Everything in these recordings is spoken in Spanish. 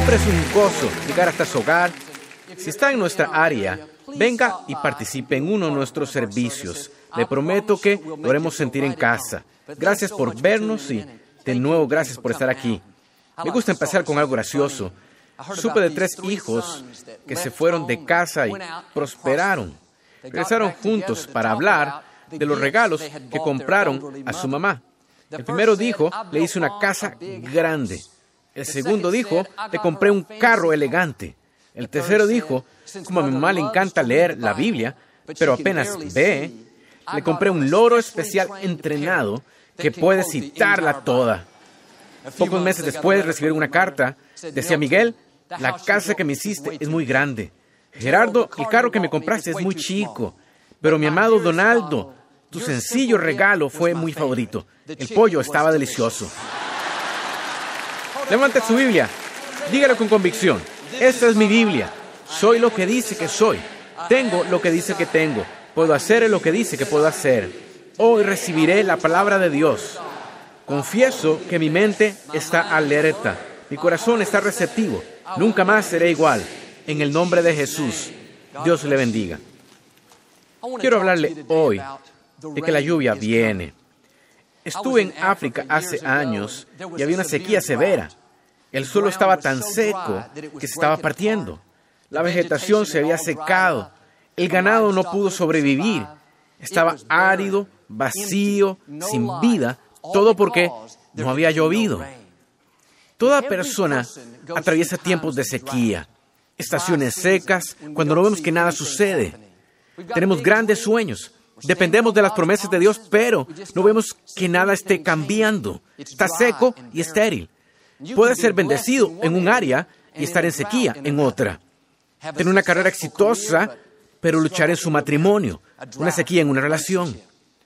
Siempre es un gozo llegar hasta su hogar. Si está en nuestra área, venga y participe en uno de nuestros servicios. Le prometo que lo haremos sentir en casa. Gracias por vernos y de nuevo gracias por estar aquí. Me gusta empezar con algo gracioso. Supe de 3 hijos que se fueron de casa y prosperaron. Regresaron juntos para hablar de los regalos que compraron a su mamá. El primero dijo, le hice una casa grande. El segundo dijo, le compré un carro elegante. El tercero dijo, como a mi mamá le encanta leer la Biblia, pero apenas ve, le compré un loro especial entrenado que puede citarla toda. Pocos meses después recibieron una carta. Decía, Miguel, la casa que me hiciste es muy grande. Gerardo, el carro que me compraste es muy chico. Pero mi amado Donaldo, tu sencillo regalo fue muy favorito. El pollo estaba delicioso. Levante su Biblia. Dígalo con convicción. Esta es mi Biblia. Soy lo que dice que soy. Tengo lo que dice que tengo. Puedo hacer lo que dice que puedo hacer. Hoy recibiré la palabra de Dios. Confieso que mi mente está alerta. Mi corazón está receptivo. Nunca más seré igual. En el nombre de Jesús. Dios le bendiga. Quiero hablarle hoy de que la lluvia viene. Estuve en África hace años y había una sequía severa. El suelo estaba tan seco que se estaba partiendo. La vegetación se había secado. El ganado no pudo sobrevivir. Estaba árido, vacío, sin vida, todo porque no había llovido. Toda persona atraviesa tiempos de sequía, estaciones secas, cuando no vemos que nada sucede. Tenemos grandes sueños. Dependemos de las promesas de Dios, pero no vemos que nada esté cambiando. Está seco y estéril. Puede ser bendecido en un área y estar en sequía en otra. Tener una carrera exitosa, pero luchar en su matrimonio. Una sequía en una relación.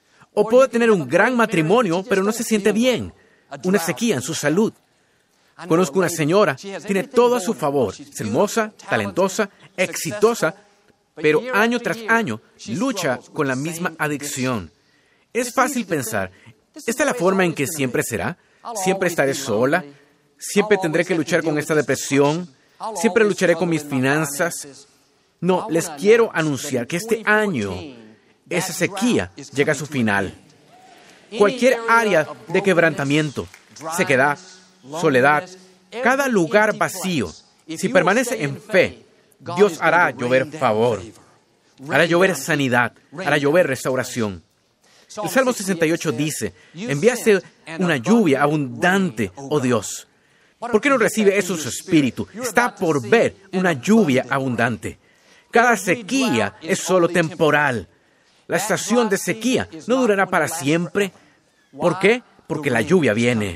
O puede tener un gran matrimonio, pero no se siente bien. Una sequía en su salud. Conozco una señora, tiene todo a su favor. Es hermosa, talentosa, exitosa, pero año tras año lucha con la misma adicción. Es fácil pensar, ¿esta es la forma en que siempre será? ¿Siempre estaré sola? ¿Siempre tendré que luchar con esta depresión? ¿Siempre lucharé con mis finanzas? No, les quiero anunciar que este año esa sequía llega a su final. Cualquier área de quebrantamiento, sequedad, soledad, cada lugar vacío, si permanece en fe, Dios hará llover favor, hará llover sanidad, hará llover restauración. El Salmo 68 dice, enviaste una lluvia abundante, oh Dios. ¿Por qué no recibe eso su espíritu? Está por ver una lluvia abundante. Cada sequía es solo temporal. La estación de sequía no durará para siempre. ¿Por qué? Porque la lluvia viene.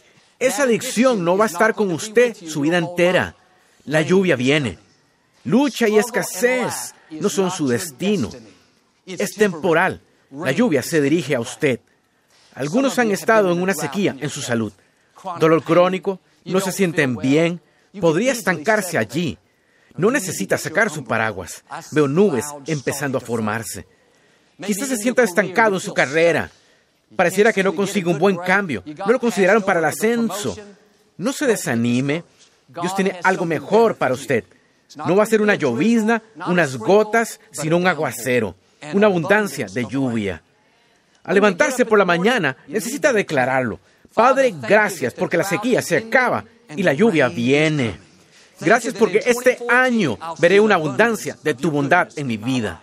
Esa adicción no va a estar con usted su vida entera. La lluvia viene. Lucha y escasez no son su destino. Es temporal. La lluvia se dirige a usted. Algunos han estado en una sequía en su salud. Dolor crónico, no se sienten bien. Podría estancarse allí. No necesita sacar su paraguas. Veo nubes empezando a formarse. Quizás se sienta estancado en su carrera. Pareciera que no consigue un buen cambio. No lo consideraron para el ascenso. No se desanime. Dios tiene algo mejor para usted. No va a ser una llovizna, unas gotas, sino un aguacero, una abundancia de lluvia. Al levantarse por la mañana, necesita declararlo. Padre, gracias porque la sequía se acaba y la lluvia viene. Gracias porque este año veré una abundancia de tu bondad en mi vida.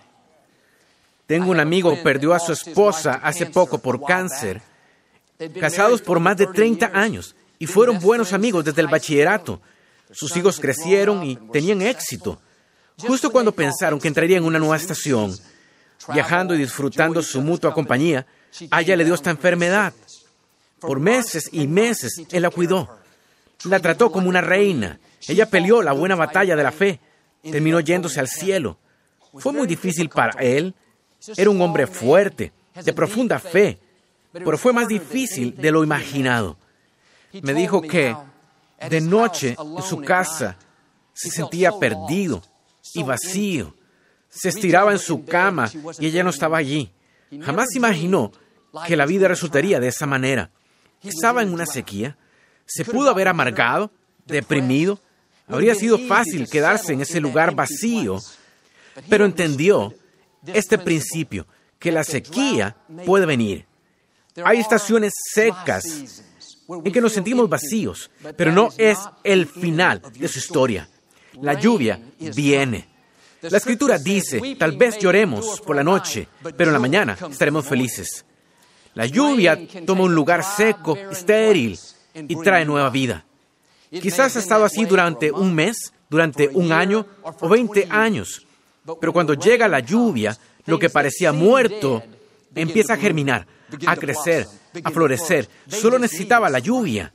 Tengo un amigo que perdió a su esposa hace poco por cáncer. Casados por más de 30 años y fueron buenos amigos desde el bachillerato. Sus hijos crecieron y tenían éxito. Justo cuando pensaron que entrarían en una nueva estación, viajando y disfrutando su mutua compañía, a ella le dio esta enfermedad. Por meses y meses, él la cuidó. La trató como una reina. Ella peleó la buena batalla de la fe. Terminó yéndose al cielo. Fue muy difícil para él. Era un hombre fuerte, de profunda fe, pero fue más difícil de lo imaginado. Me dijo que de noche en su casa se sentía perdido y vacío. Se estiraba en su cama y ella no estaba allí. Jamás imaginó que la vida resultaría de esa manera. Estaba en una sequía. Se pudo haber amargado, deprimido, Habría sido fácil quedarse en ese lugar vacío, pero entendió este principio, que la sequía puede venir. Hay estaciones secas en que nos sentimos vacíos, pero no es el final de su historia. La lluvia viene. La Escritura dice, tal vez lloremos por la noche, pero en la mañana estaremos felices. La lluvia toma un lugar seco, estéril, y trae nueva vida. Quizás ha estado así durante un mes, durante un año o 20 años, pero cuando llega la lluvia, lo que parecía muerto empieza a germinar, a crecer, a florecer. Solo necesitaba la lluvia.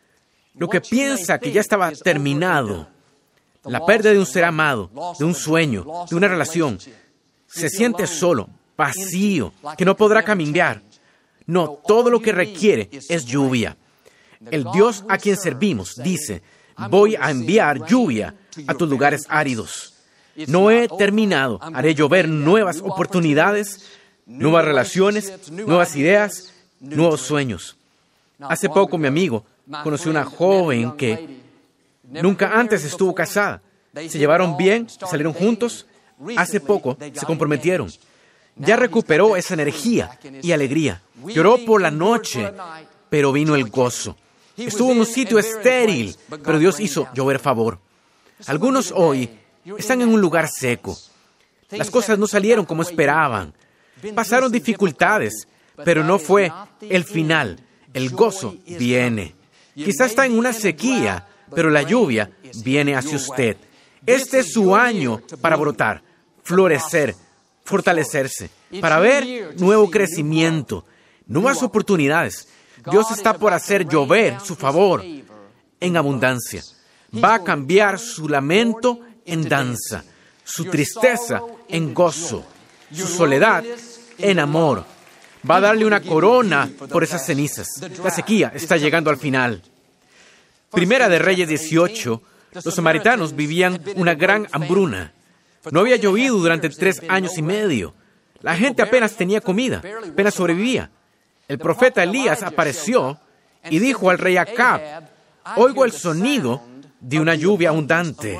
Lo que piensa que ya estaba terminado, la pérdida de un ser amado, de un sueño, de una relación, se siente solo, vacío, que no podrá cambiar. No, todo lo que requiere es lluvia. El Dios a quien servimos dice, voy a enviar lluvia a tus lugares áridos. No he terminado, haré llover nuevas oportunidades, nuevas relaciones, nuevas ideas, nuevos sueños. Hace poco mi amigo conoció una joven que nunca antes estuvo casada. Se llevaron bien, salieron juntos. Hace poco se comprometieron. Ya recuperó esa energía y alegría. Lloró por la noche, pero vino el gozo. Estuvo en un sitio estéril, pero Dios hizo llover favor. Algunos hoy están en un lugar seco. Las cosas no salieron como esperaban. Pasaron dificultades, pero no fue el final. El gozo viene. Quizás está en una sequía, pero la lluvia viene hacia usted. Este es su año para brotar, florecer, fortalecerse, para ver nuevo crecimiento, nuevas oportunidades. Dios está por hacer llover su favor en abundancia. Va a cambiar su lamento en danza, su tristeza en gozo, su soledad en amor. Va a darle una corona por esas cenizas. La sequía está llegando al final. Primera de Reyes 18, los samaritanos vivían una gran hambruna. No había llovido durante 3 años y medio. La gente apenas tenía comida, apenas sobrevivía. El profeta Elías apareció y dijo al rey Acab, oigo el sonido de una lluvia abundante.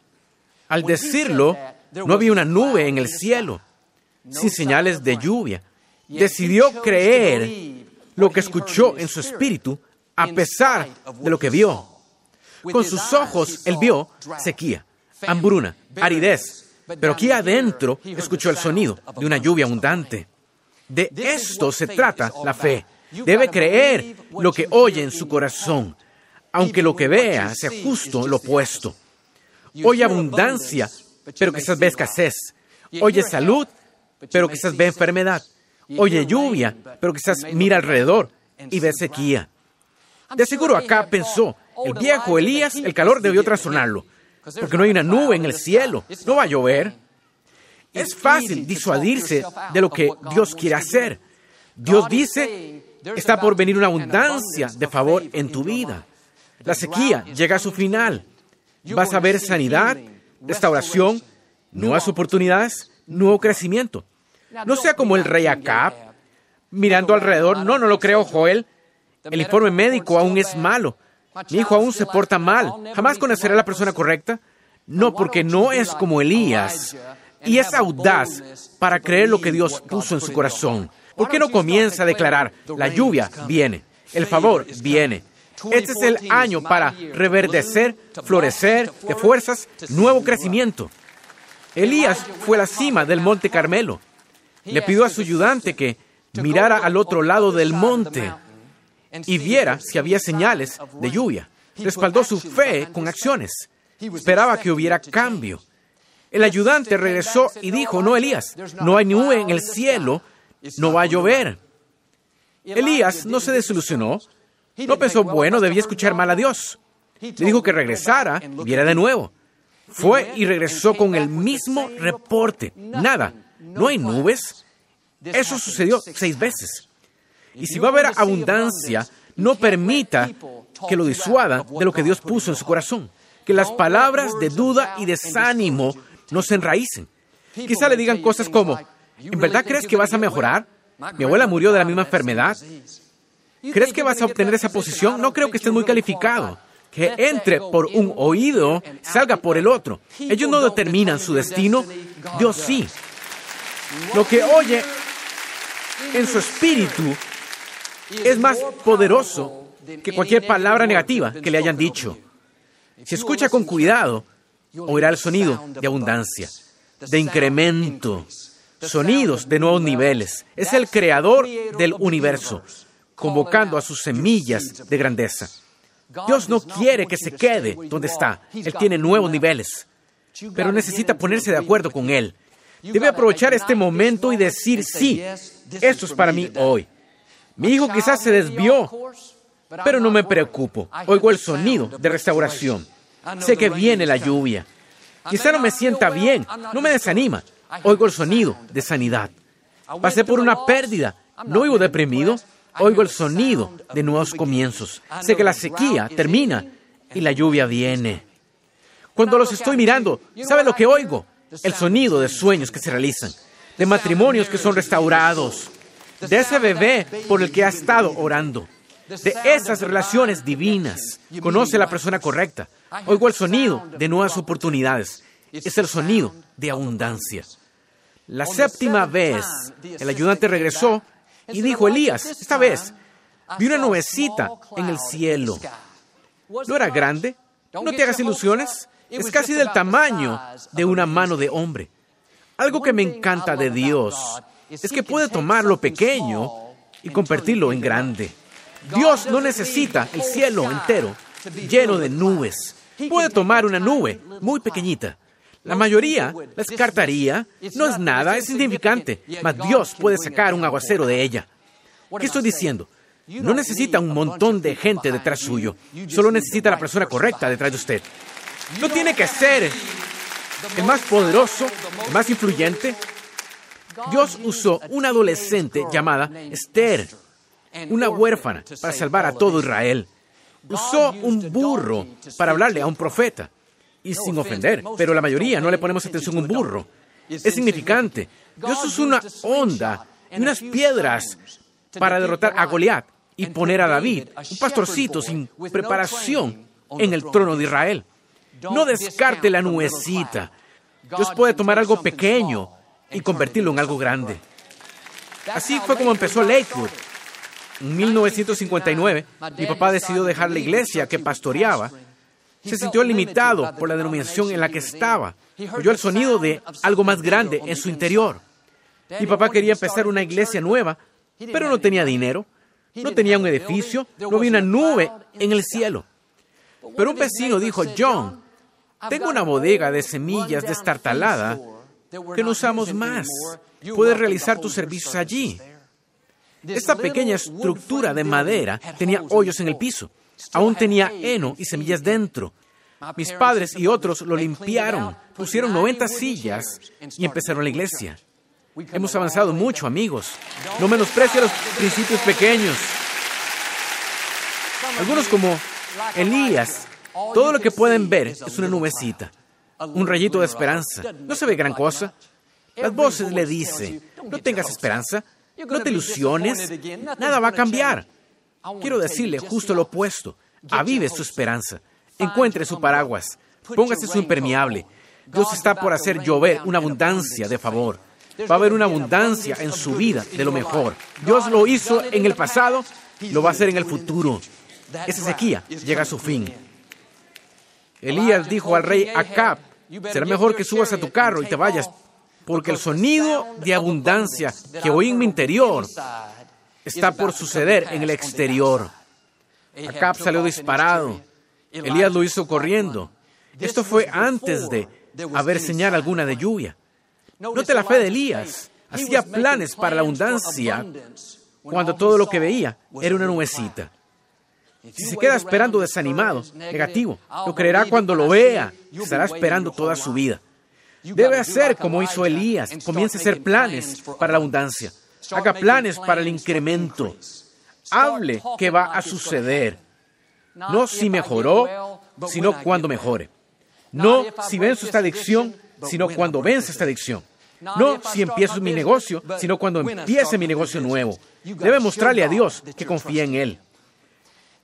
Al decirlo, no había una nube en el cielo, sin señales de lluvia. Decidió creer lo que escuchó en su espíritu, a pesar de lo que vio. Con sus ojos, él vio sequía, hambruna, aridez, pero aquí adentro escuchó el sonido de una lluvia abundante. De esto se trata la fe. Debe creer lo que oye en su corazón, aunque lo que vea sea justo lo opuesto. Oye abundancia, pero quizás ve escasez. Oye salud, pero quizás ve enfermedad. Oye lluvia, pero quizás mira alrededor y ve sequía. De seguro acá pensó, el viejo Elías, el calor debió trastornarlo, porque no hay una nube en el cielo, no va a llover. Es fácil disuadirse de lo que Dios quiere hacer. Dios dice, está por venir una abundancia de favor en tu vida. La sequía llega a su final. Vas a ver sanidad, restauración, nuevas oportunidades, nuevo crecimiento. No sea como el rey Acab, mirando alrededor. No lo creo, Joel. El informe médico aún es malo. Mi hijo aún se porta mal. ¿Jamás conoceré a la persona correcta? No, porque no es como Elías. Y es audaz para creer lo que Dios puso en su corazón. ¿Por qué no comienza a declarar, la lluvia viene, el favor viene? Este es el año para reverdecer, florecer de fuerzas, nuevo crecimiento. Elías fue a la cima del monte Carmelo. Le pidió a su ayudante que mirara al otro lado del monte y viera si había señales de lluvia. Respaldó su fe con acciones. Esperaba que hubiera cambio. El ayudante regresó y dijo, no, Elías, no hay nube en el cielo, no va a llover. Elías no se desilusionó. No pensó, bueno, debía escuchar mal a Dios. Le dijo que regresara y viera de nuevo. Fue y regresó con el mismo reporte. Nada, no hay nubes. Eso sucedió 6 veces. Y si va a haber abundancia, no permita que lo disuada de lo que Dios puso en su corazón. Que las palabras de duda y desánimo no se enraícen. Quizá le digan cosas como, ¿en verdad crees que vas a mejorar? Mi abuela murió de la misma enfermedad. ¿Crees que vas a obtener esa posición? No creo que estés muy calificado. que entre por un oído, salga por el otro. Ellos no determinan su destino, Dios sí. Lo que oye en su espíritu es más poderoso que cualquier palabra negativa que le hayan dicho. Si escucha con cuidado, oirá el sonido de abundancia, de incremento, sonidos de nuevos niveles. Es el creador del universo, convocando a sus semillas de grandeza. Dios no quiere que se quede donde está. Él tiene nuevos niveles, pero necesita ponerse de acuerdo con Él. Debe aprovechar este momento y decir, sí, esto es para mí hoy. Mi hijo quizás se desvió, pero no me preocupo. Oigo el sonido de restauración. Sé que viene la lluvia. Quizá no me sienta bien, no me desanima. Oigo el sonido de sanidad. Pasé por una pérdida, no vivo deprimido. Oigo el sonido de nuevos comienzos. Sé que la sequía termina y la lluvia viene. Cuando los estoy mirando, ¿sabe lo que oigo? El sonido de sueños que se realizan, de matrimonios que son restaurados, de ese bebé por el que ha estado orando, de esas relaciones divinas. Conoce a la persona correcta. Oigo el sonido de nuevas oportunidades. Es el sonido de abundancia. La séptima vez, el ayudante regresó y dijo, Elías, esta vez vi una nubecita en el cielo. ¿No era grande? No te hagas ilusiones. Es casi del tamaño de una mano de hombre. Algo que me encanta de Dios es que puede tomar lo pequeño y convertirlo en grande. Dios no necesita el cielo entero lleno de nubes. Puede tomar una nube muy pequeñita. La mayoría la descartaría. No es nada, es insignificante. Mas Dios puede sacar un aguacero de ella. ¿Qué estoy diciendo? No necesita un montón de gente detrás suyo. Solo necesita la persona correcta detrás de usted. No tiene que ser el más poderoso, el más influyente. Dios usó una adolescente llamada Esther, una huérfana, para salvar a todo Israel. Usó un burro para hablarle a un profeta. Y sin ofender, pero la mayoría no le ponemos atención a un burro. Es significante. Dios usó una onda y unas piedras para derrotar a Goliat y poner a David, un pastorcito sin preparación, en el trono de Israel. No descarte la nubecita. Dios puede tomar algo pequeño y convertirlo en algo grande. Así fue como empezó Lakewood. En 1959, mi papá decidió dejar la iglesia que pastoreaba. Se sintió limitado por la denominación en la que estaba. Oyó el sonido de algo más grande en su interior. Mi papá quería empezar una iglesia nueva, pero no tenía dinero, no tenía un edificio, no había una nube en el cielo. Pero un vecino dijo, John, tengo una bodega de semillas destartalada que no usamos más. Puedes realizar tus servicios allí. Esta pequeña estructura de madera tenía hoyos en el piso. Aún tenía heno y semillas dentro. Mis padres y otros lo limpiaron, pusieron 90 sillas y empezaron la iglesia. Hemos avanzado mucho, amigos. No menosprecie los principios pequeños. Algunos como Elías, todo lo que pueden ver es una nubecita, un rayito de esperanza. No se ve gran cosa. Las voces le dicen, no tengas esperanza, no te ilusiones, nada va a cambiar. Quiero decirle justo lo opuesto. Avive su esperanza. Encuentre su paraguas. Póngase su impermeable. Dios está por hacer llover una abundancia de favor. Va a haber una abundancia en su vida de lo mejor. Dios lo hizo en el pasado, lo va a hacer en el futuro. Esa sequía llega a su fin. Elías dijo al rey Acab, será mejor que subas a tu carro y te vayas, porque el sonido de abundancia que oí en mi interior está por suceder en el exterior. Acab salió disparado. Elías lo hizo corriendo. Esto fue antes de haber señal alguna de lluvia. Note la fe de Elías. Hacía planes para la abundancia cuando todo lo que veía era una nubecita. Si se queda esperando desanimado, negativo, lo creerá cuando lo vea. Estará esperando toda su vida. Debe hacer como hizo Elías. Comience a hacer planes para la abundancia. Haga planes para el incremento. Hable qué va a suceder. No si mejoró, sino cuando mejore. No si venzo esta adicción, sino cuando vence esta adicción. No si empiezo mi negocio, sino cuando empiece mi negocio nuevo. Debe mostrarle a Dios que confía en Él.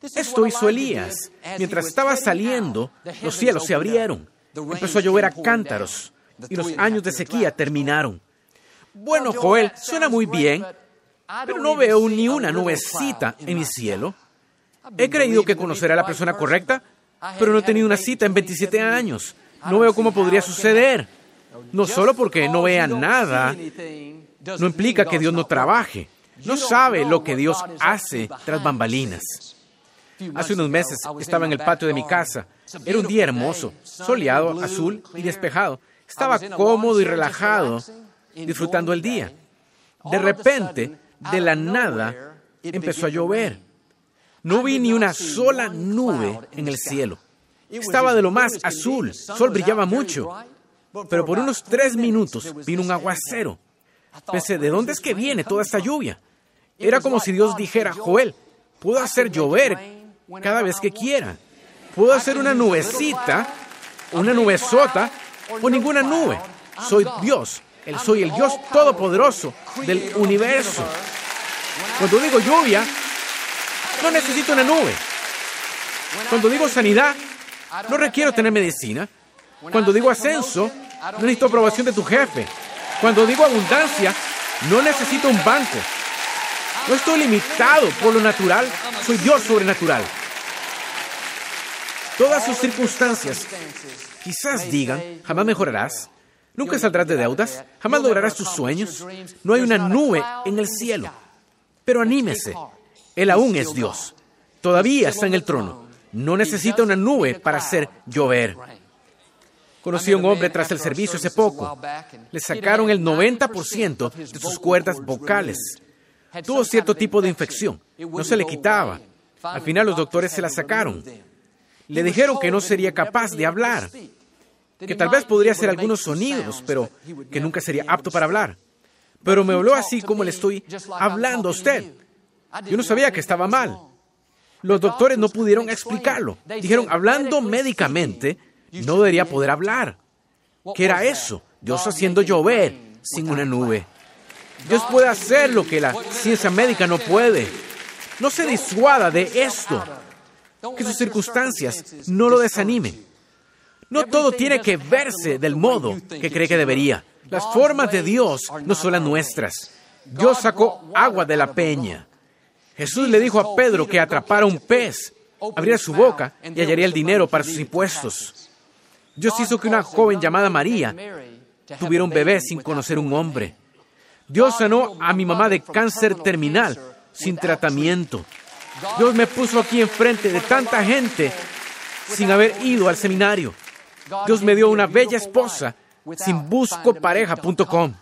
Esto hizo Elías. Mientras estaba saliendo, los cielos se abrieron. Empezó a llover a cántaros y los años de sequía terminaron. Bueno, Joel, suena muy bien, pero no veo ni una nubecita en mi cielo. He creído que conoceré a la persona correcta, pero no he tenido una cita en 27 años. No veo cómo podría suceder. No solo porque no vea nada, no implica que Dios no trabaje. No sabe lo que Dios hace tras bambalinas. Hace unos meses estaba en el patio de mi casa. Era un día hermoso, soleado, azul y despejado. Estaba cómodo y relajado, disfrutando el día. De repente, de la nada, empezó a llover. No vi ni una sola nube en el cielo. Estaba de lo más azul, el sol brillaba mucho. Pero por unos 3 minutos vino un aguacero. Pensé, ¿de dónde es que viene toda esta lluvia? Era como si Dios dijera, Joel, puedo hacer llover cada vez que quiera. Puedo hacer una nubecita, una nubesota o ninguna nube. Soy Dios. Soy el Dios todopoderoso del universo. Cuando digo lluvia, no necesito una nube. Cuando digo sanidad, no requiero tener medicina. Cuando digo ascenso, no necesito aprobación de tu jefe. Cuando digo abundancia, no necesito un banco. No estoy limitado por lo natural, soy Dios sobrenatural. Todas sus circunstancias quizás digan, jamás mejorarás, nunca saldrás de deudas, jamás lograrás tus sueños, no hay una nube en el cielo. Pero anímese, Él aún es Dios, todavía está en el trono, no necesita una nube para hacer llover. Conocí a un hombre tras el servicio hace poco. Le sacaron el 90% de sus cuerdas vocales. Tuvo cierto tipo de infección. No se le quitaba. Al final los doctores se la sacaron. Le dijeron que no sería capaz de hablar. Que tal vez podría hacer algunos sonidos, pero que nunca sería apto para hablar. Pero me habló así como le estoy hablando a usted. Yo no sabía que estaba mal. Los doctores no pudieron explicarlo. Dijeron, hablando médicamente, no debería poder hablar. ¿Qué era eso? Dios haciendo llover sin una nube. Dios puede hacer lo que la ciencia médica no puede. No se disuada de esto. Que sus circunstancias no lo desanimen. No todo tiene que verse del modo que cree que debería. Las formas de Dios no son las nuestras. Dios sacó agua de la peña. Jesús le dijo a Pedro que atrapara un pez, abriera su boca y hallaría el dinero para sus impuestos. Dios hizo que una joven llamada María tuviera un bebé sin conocer un hombre. Dios sanó a mi mamá de cáncer terminal sin tratamiento. Dios me puso aquí enfrente de tanta gente sin haber ido al seminario. Dios me dio una bella esposa sin buscopareja.com.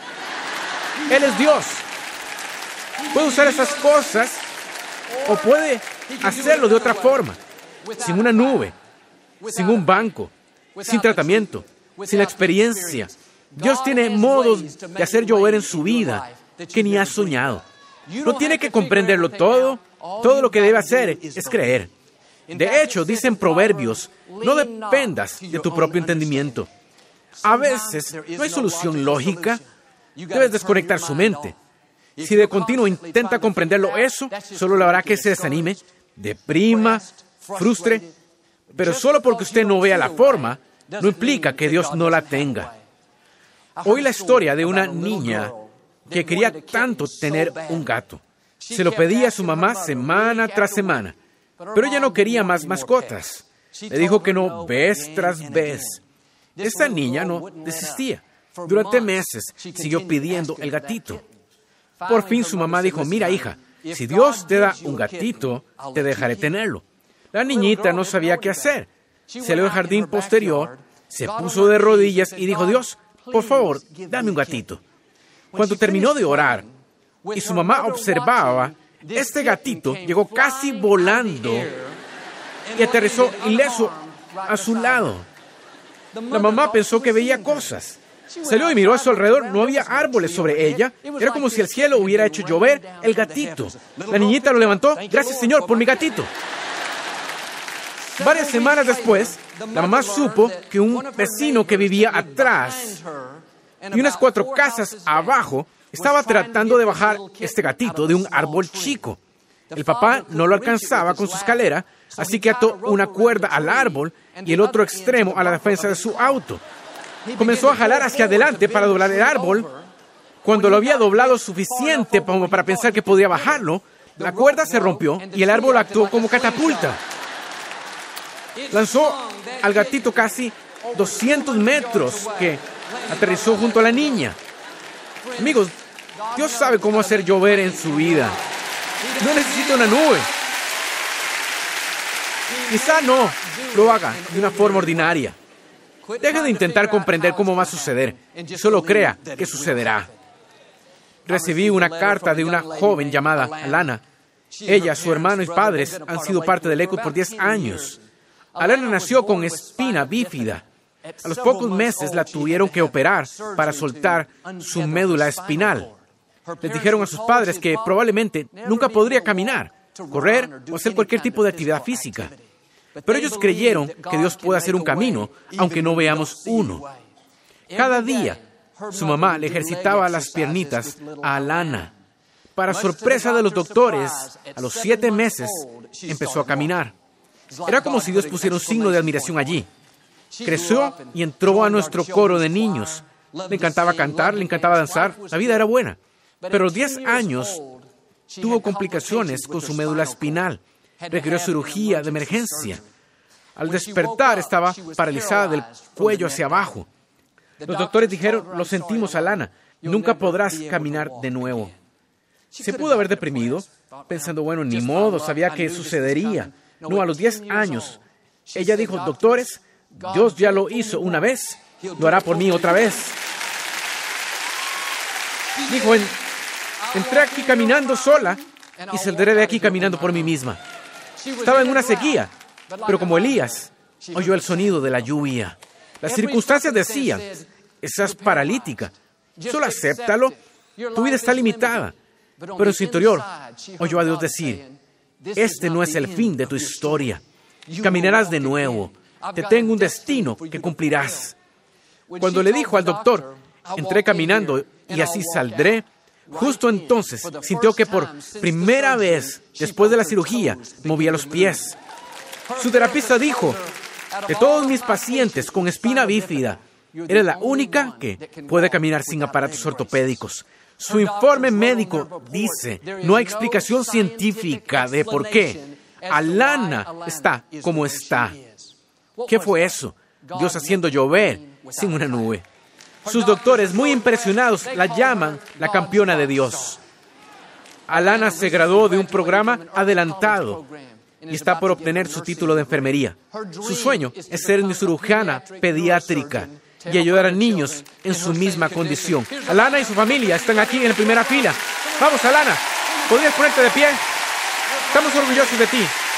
Él es Dios. Puede usar esas cosas o puede hacerlo de otra forma, sin una nube, sin un banco, sin tratamiento, sin experiencia. Dios tiene modos de hacer llover en su vida que ni has soñado. No tiene que comprenderlo todo. Todo lo que debe hacer es creer. De hecho, dicen Proverbios, no dependas de tu propio entendimiento. A veces no hay solución lógica. Debes desconectar su mente. Si de continuo intenta comprenderlo, eso solo le hará que se desanime, deprima, frustre. Pero solo porque usted no vea la forma, no implica que Dios no la tenga. Oí la historia de una niña que quería tanto tener un gato. Se lo pedía a su mamá semana tras semana, pero ella no quería más mascotas. Le dijo que no vez tras vez. Esta niña no desistía. Durante meses siguió pidiendo el gatito. Por fin su mamá dijo, mira hija, si Dios te da un gatito, te dejaré tenerlo. La niñita no sabía qué hacer. Salió al jardín posterior, se puso de rodillas y dijo, Dios, por favor, dame un gatito. Cuando terminó de orar y su mamá observaba, este gatito llegó casi volando y aterrizó ileso a su lado. La mamá pensó que veía cosas. Salió y miró a su alrededor. No había árboles sobre ella. Era como si el cielo hubiera hecho llover el gatito. La niñita lo levantó. Gracias, Señor, por mi gatito. Varias semanas después, la mamá supo que un vecino que vivía atrás y unas 4 casas abajo estaba tratando de bajar este gatito de un árbol chico. El papá no lo alcanzaba con su escalera, así que ató una cuerda al árbol y el otro extremo a la defensa de su auto. Comenzó a jalar hacia adelante para doblar el árbol. Cuando lo había doblado suficiente como para pensar que podía bajarlo, la cuerda se rompió y el árbol actuó como catapulta. Lanzó al gatito casi 200 metros, que aterrizó junto a la niña. Amigos, Dios sabe cómo hacer llover en su vida. No necesita una nube. Quizá no lo haga de una forma ordinaria. Deje de intentar comprender cómo va a suceder. Solo crea que sucederá. Recibí una carta de una joven llamada Alana. Ella, su hermano y padres han sido parte del Lakewood por 10 años. Alana nació con espina bífida. A los pocos meses la tuvieron que operar para soltar su médula espinal. Les dijeron a sus padres que probablemente nunca podría caminar, correr o hacer cualquier tipo de actividad física. Pero ellos creyeron que Dios puede hacer un camino, aunque no veamos uno. Cada día, su mamá le ejercitaba las piernitas a Alana. Para sorpresa de los doctores, a los 7 meses empezó a caminar. Era como si Dios pusiera un signo de admiración allí. Creció y entró a nuestro coro de niños. Le encantaba cantar, le encantaba danzar. La vida era buena. Pero a los 10 años tuvo complicaciones con su médula espinal. Requirió cirugía de emergencia. Al despertar estaba paralizada del cuello hacia abajo. Los doctores dijeron, lo sentimos, Alana, nunca podrás caminar de nuevo. Se pudo haber deprimido, pensando, bueno, ni modo, sabía que sucedería. No, a los 10 años, ella dijo, doctores, Dios ya lo hizo una vez, lo hará por mí otra vez. Dijo, entré aquí caminando sola y saldré de aquí caminando por mí misma. Estaba en una sequía, pero como Elías, oyó el sonido de la lluvia. Las circunstancias decían, estás paralítica, solo acéptalo, tu vida está limitada. Pero en su interior, oyó a Dios decir, este no es el fin de tu historia. Caminarás de nuevo. Te tengo un destino que cumplirás. Cuando le dijo al doctor, entré caminando y así saldré, justo entonces sintió que por primera vez, después de la cirugía, movía los pies. Su terapista dijo, de todos mis pacientes con espina bífida, eres la única que puede caminar sin aparatos ortopédicos. Su informe médico dice, no hay explicación científica de por qué Alana está como está. ¿Qué fue eso? Dios haciendo llover sin una nube. Sus doctores, muy impresionados, la llaman la campeona de Dios. Alana se graduó de un programa adelantado y está por obtener su título de enfermería. Su sueño es ser una cirujana pediátrica y ayudar a niños en su misma condición. Alana y su familia están aquí en la primera fila. Vamos, Alana, ¿podrías ponerte de pie? Estamos orgullosos de ti.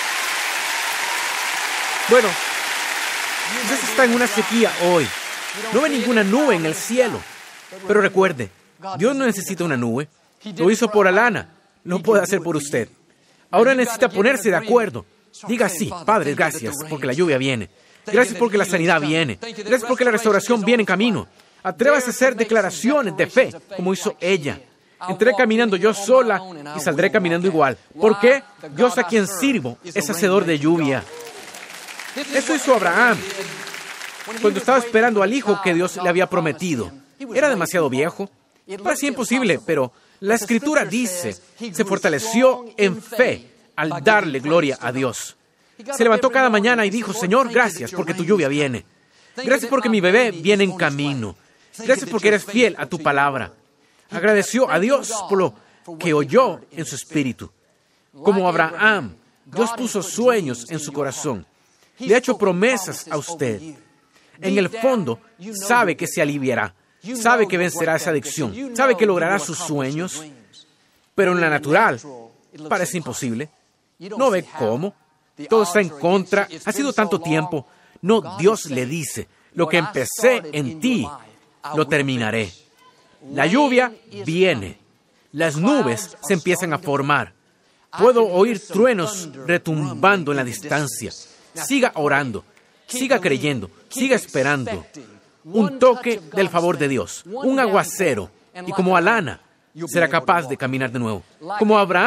Bueno, usted está en una sequía hoy. No ve ninguna nube en el cielo. Pero recuerde, Dios no necesita una nube. Lo hizo por Alana. Lo puede hacer por usted. Ahora necesita ponerse de acuerdo. Diga sí, Padre, gracias porque la lluvia viene. Gracias porque la sanidad viene. Gracias porque la restauración viene en camino. Atrévase a hacer declaraciones de fe, como hizo ella. Entré caminando yo sola y saldré caminando igual. ¿Por qué? Dios a quien sirvo es hacedor de lluvia. Eso hizo Abraham cuando estaba esperando al hijo que Dios le había prometido. Era demasiado viejo. Parecía imposible, pero la Escritura dice, se fortaleció en fe al darle gloria a Dios. Se levantó cada mañana y dijo, Señor, gracias porque tu lluvia viene. Gracias porque mi bebé viene en camino. Gracias porque eres fiel a tu palabra. Agradeció a Dios por lo que oyó en su espíritu. Como Abraham, Dios puso sueños en su corazón. Le ha hecho promesas a usted. En el fondo, sabe que se aliviará. Sabe que vencerá esa adicción. Sabe que logrará sus sueños. Pero en la natural, parece imposible. No ve cómo. Todo está en contra. Ha sido tanto tiempo. No, Dios le dice, lo que empecé en ti, lo terminaré. La lluvia viene. Las nubes se empiezan a formar. Puedo oír truenos retumbando en la distancia. Siga orando. Siga creyendo. Siga esperando. Un toque del favor de Dios. Un aguacero. Y como Alana, será capaz de caminar de nuevo. Como Abraham,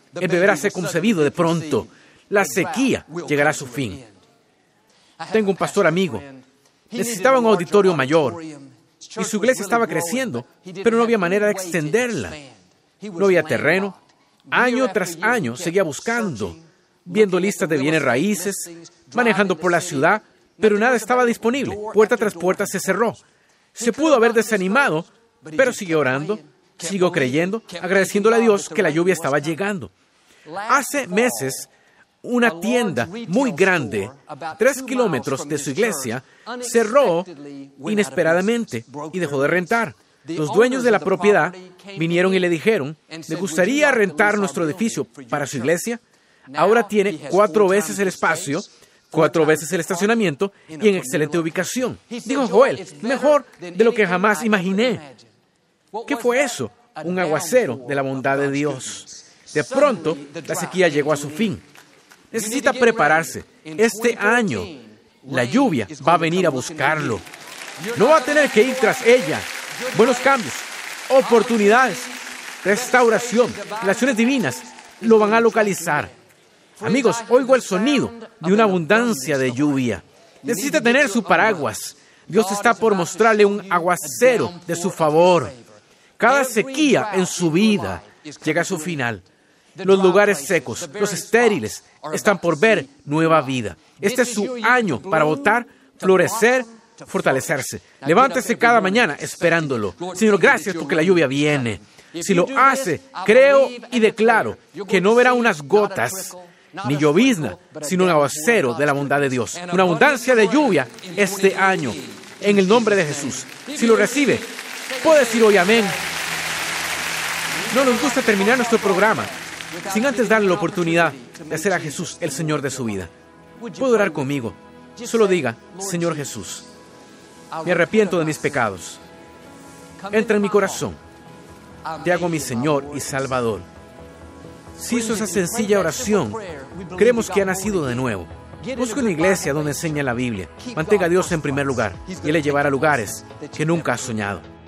El bebé será concebido de pronto. La sequía llegará a su fin. Tengo un pastor amigo. Necesitaba un auditorio mayor. Y su iglesia estaba creciendo, pero no había manera de extenderla. No había terreno. Año tras año seguía buscando, viendo listas de bienes raíces, manejando por la ciudad, pero nada estaba disponible. Puerta tras puerta se cerró. Se pudo haber desanimado, pero siguió orando, siguió creyendo, agradeciéndole a Dios que la lluvia estaba llegando. Hace meses, una tienda muy grande, 3 kilómetros de su iglesia, cerró inesperadamente y dejó de rentar. Los dueños de la propiedad vinieron y le dijeron, ¿le gustaría rentar nuestro edificio para su iglesia? Ahora tiene 4 veces el espacio, 4 veces el estacionamiento y en excelente ubicación. Dijo Joel, mejor de lo que jamás imaginé. ¿Qué fue eso? Un aguacero de la bondad de Dios. De pronto, la sequía llegó a su fin. Necesita prepararse. Este año, la lluvia va a venir a buscarlo. No va a tener que ir tras ella. Buenos cambios, oportunidades, restauración, relaciones divinas, lo van a localizar. Amigos, oigo el sonido de una abundancia de lluvia. Necesita tener su paraguas. Dios está por mostrarle un aguacero de su favor. Cada sequía en su vida llega a su final. Los lugares secos, los estériles, están por ver nueva vida. Este es su año para brotar, florecer, fortalecerse. Levántese cada mañana esperándolo. Señor, gracias porque la lluvia viene. Si lo hace, creo y declaro que no verá unas gotas ni llovizna, sino un aguacero de la bondad de Dios. Una abundancia de lluvia este año, en el nombre de Jesús. Si lo recibe, puede decir hoy amén. No nos gusta terminar nuestro programa sin antes darle la oportunidad de hacer a Jesús el Señor de su vida. ¿Puede orar conmigo? Solo diga, Señor Jesús, me arrepiento de mis pecados. Entra en mi corazón. Te hago mi Señor y Salvador. Si hizo esa sencilla oración, creemos que ha nacido de nuevo. Busque una iglesia donde enseña la Biblia. Mantenga a Dios en primer lugar y Él le llevará a lugares que nunca ha soñado.